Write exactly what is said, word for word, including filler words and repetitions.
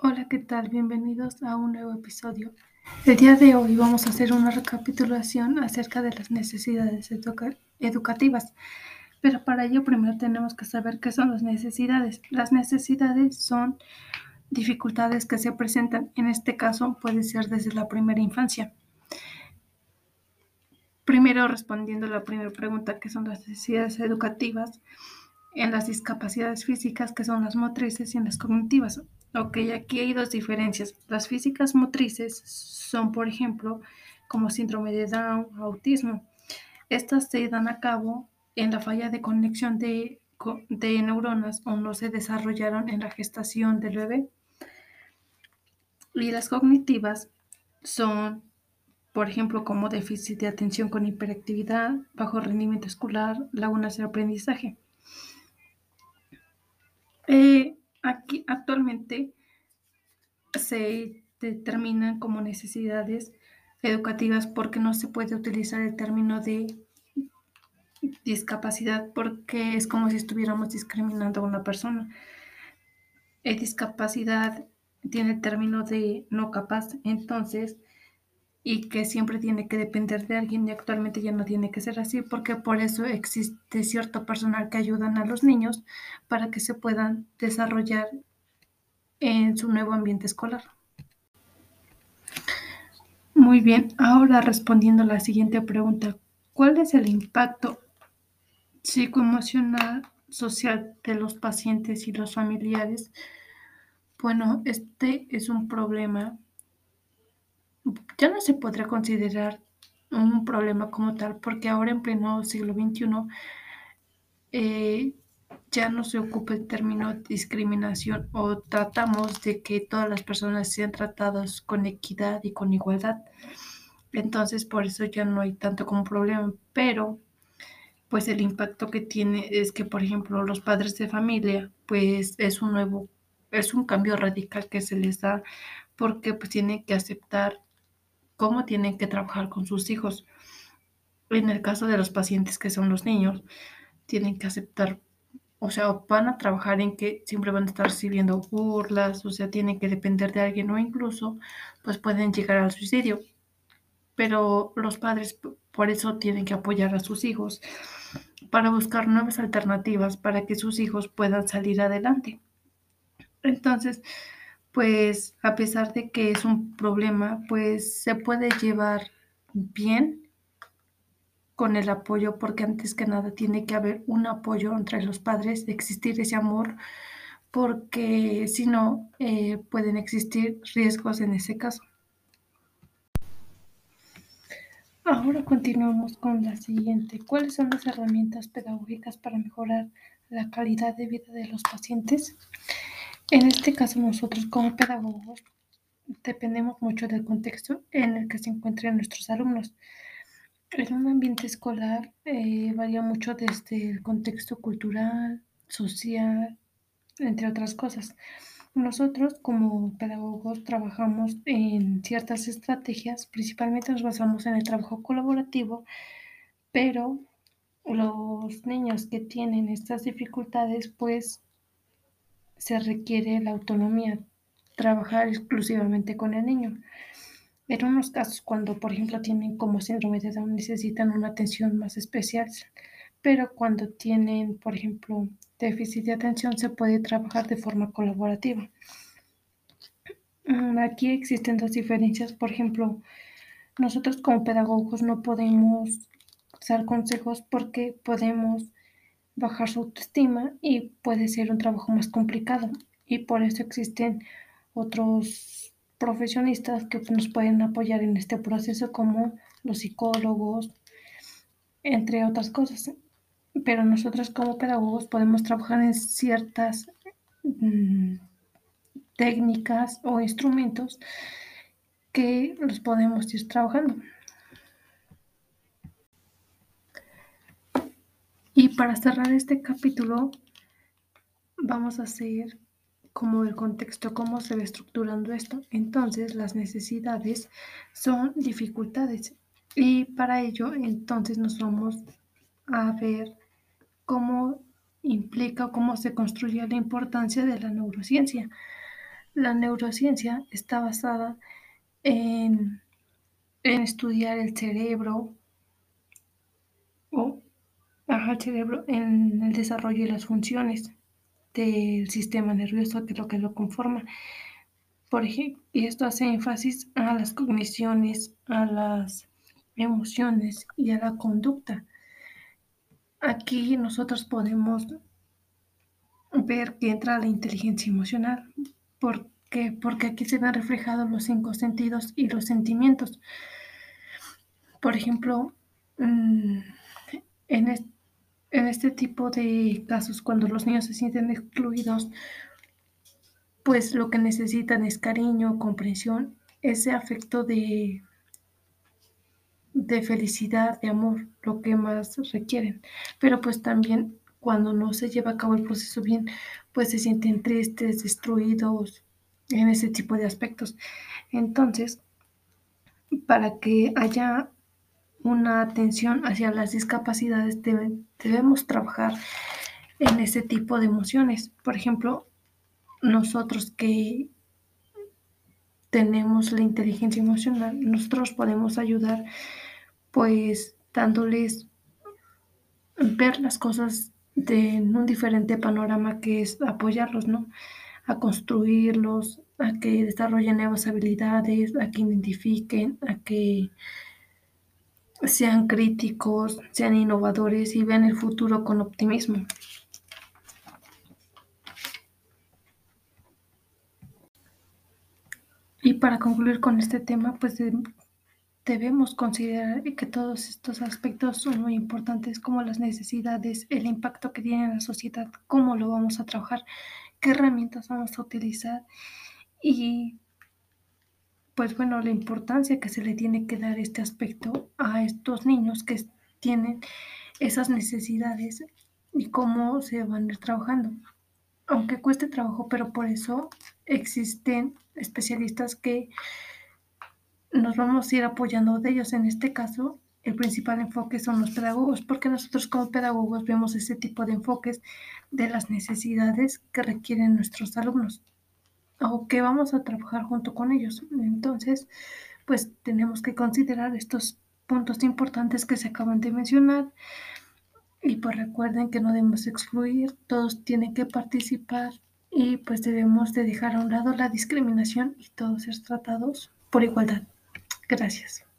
Hola, ¿qué tal? Bienvenidos a un nuevo episodio. El día de hoy vamos a hacer una recapitulación acerca de las necesidades educa- educativas, pero para ello primero tenemos que saber qué son las necesidades. Las necesidades son dificultades que se presentan, en este caso puede ser desde la primera infancia. Primero respondiendo a la primera pregunta, ¿qué son las necesidades educativas? En las discapacidades físicas, que son las motrices, y en las cognitivas. Ok, aquí hay dos diferencias. Las físicas motrices son, por ejemplo, como síndrome de Down, autismo. Estas se dan a cabo en la falla de conexión de, de neuronas o no se desarrollaron en la gestación del bebé. Y las cognitivas son, por ejemplo, como déficit de atención con hiperactividad, bajo rendimiento escolar, lagunas de aprendizaje. Eh, aquí actualmente se determinan como necesidades educativas porque no se puede utilizar el término de discapacidad porque es como si estuviéramos discriminando a una persona. La discapacidad tiene el término de no capaz, entonces, y que siempre tiene que depender de alguien y actualmente ya no tiene que ser así porque por eso existe cierto personal que ayudan a los niños para que se puedan desarrollar en su nuevo ambiente escolar. Muy bien, ahora respondiendo a la siguiente pregunta, ¿cuál es el impacto psicoemocional social de los pacientes y los familiares? Bueno, este es un problema, ya no se podrá considerar un problema como tal, porque ahora en pleno siglo veintiuno eh, ya no se ocupa el término discriminación o tratamos de que todas las personas sean tratadas con equidad y con igualdad. Entonces, por eso ya no hay tanto como problema, pero pues el impacto que tiene es que, por ejemplo, los padres de familia, pues es un nuevo, es un cambio radical que se les da porque pues tienen que aceptar cómo tienen que trabajar con sus hijos. En el caso de los pacientes que son los niños, tienen que aceptar, o sea, van a trabajar en que siempre van a estar recibiendo burlas, o sea, tienen que depender de alguien o incluso pues pueden llegar al suicidio. Pero los padres por eso tienen que apoyar a sus hijos para buscar nuevas alternativas para que sus hijos puedan salir adelante. Entonces, pues a pesar de que es un problema, pues se puede llevar bien con el apoyo, porque antes que nada tiene que haber un apoyo entre los padres, existir ese amor, porque si no, eh, pueden existir riesgos en ese caso. Ahora continuamos con la siguiente. ¿Cuáles son las herramientas pedagógicas para mejorar la calidad de vida de los pacientes? En este caso, nosotros como pedagogos dependemos mucho del contexto en el que se encuentran nuestros alumnos. En un ambiente escolar eh, varía mucho desde el contexto cultural, social, entre otras cosas. Nosotros como pedagogos trabajamos en ciertas estrategias, principalmente nos basamos en el trabajo colaborativo, pero los niños que tienen estas dificultades, pues se requiere la autonomía, trabajar exclusivamente con el niño. En unos casos, cuando por ejemplo tienen como síndrome de Down, necesitan una atención más especial, pero cuando tienen, por ejemplo, déficit de atención, se puede trabajar de forma colaborativa. Aquí existen dos diferencias, por ejemplo, nosotros como pedagogos no podemos dar consejos porque podemos bajar su autoestima y puede ser un trabajo más complicado. Y por eso existen otros profesionistas que nos pueden apoyar en este proceso, como los psicólogos, entre otras cosas. Pero nosotros como pedagogos podemos trabajar en ciertas mmm, técnicas o instrumentos que los podemos ir trabajando. Y para cerrar este capítulo, vamos a hacer como el contexto, cómo se va estructurando esto. Entonces, las necesidades son dificultades. Y para ello, entonces nos vamos a ver cómo implica o cómo se construye la importancia de la neurociencia. La neurociencia está basada en, en estudiar el cerebro o ajá, el cerebro en el desarrollo y las funciones del sistema nervioso, que es lo que lo conforma. Por ejemplo, y esto hace énfasis a las cogniciones, a las emociones y a la conducta. Aquí nosotros podemos ver que entra la inteligencia emocional. ¿Por qué? Porque aquí se ven reflejados los cinco sentidos y los sentimientos. Por ejemplo, mm, en, es- en este tipo de casos, cuando los niños se sienten excluidos, pues lo que necesitan es cariño, comprensión, ese afecto de, de felicidad, de amor, lo que más requieren. Pero pues también cuando no se lleva a cabo el proceso bien, pues se sienten tristes, destruidos en ese tipo de aspectos. Entonces, para que haya una atención hacia las discapacidades, debe- debemos trabajar en ese tipo de emociones. Por ejemplo, nosotros que tenemos la inteligencia emocional, nosotros podemos ayudar pues dándoles ver las cosas de, en un diferente panorama, que es apoyarlos, ¿no? A construirlos, a que desarrollen nuevas habilidades, a que identifiquen, a que sean críticos, sean innovadores y vean el futuro con optimismo. Y para concluir con este tema, pues de- debemos considerar que todos estos aspectos son muy importantes, como las necesidades, el impacto que tiene en la sociedad, cómo lo vamos a trabajar, qué herramientas vamos a utilizar y pues bueno, la importancia que se le tiene que dar este aspecto a estos niños que tienen esas necesidades y cómo se van a ir trabajando. Aunque cueste trabajo, pero por eso existen especialistas que nos vamos a ir apoyando de ellos. En este caso, el principal enfoque son los pedagogos, porque nosotros como pedagogos vemos ese tipo de enfoques de las necesidades que requieren nuestros alumnos o que vamos a trabajar junto con ellos. Entonces, pues tenemos que considerar estos puntos importantes que se acaban de mencionar y pues recuerden que no debemos excluir, todos tienen que participar y pues debemos de dejar a un lado la discriminación y todos ser tratados por igualdad. Gracias.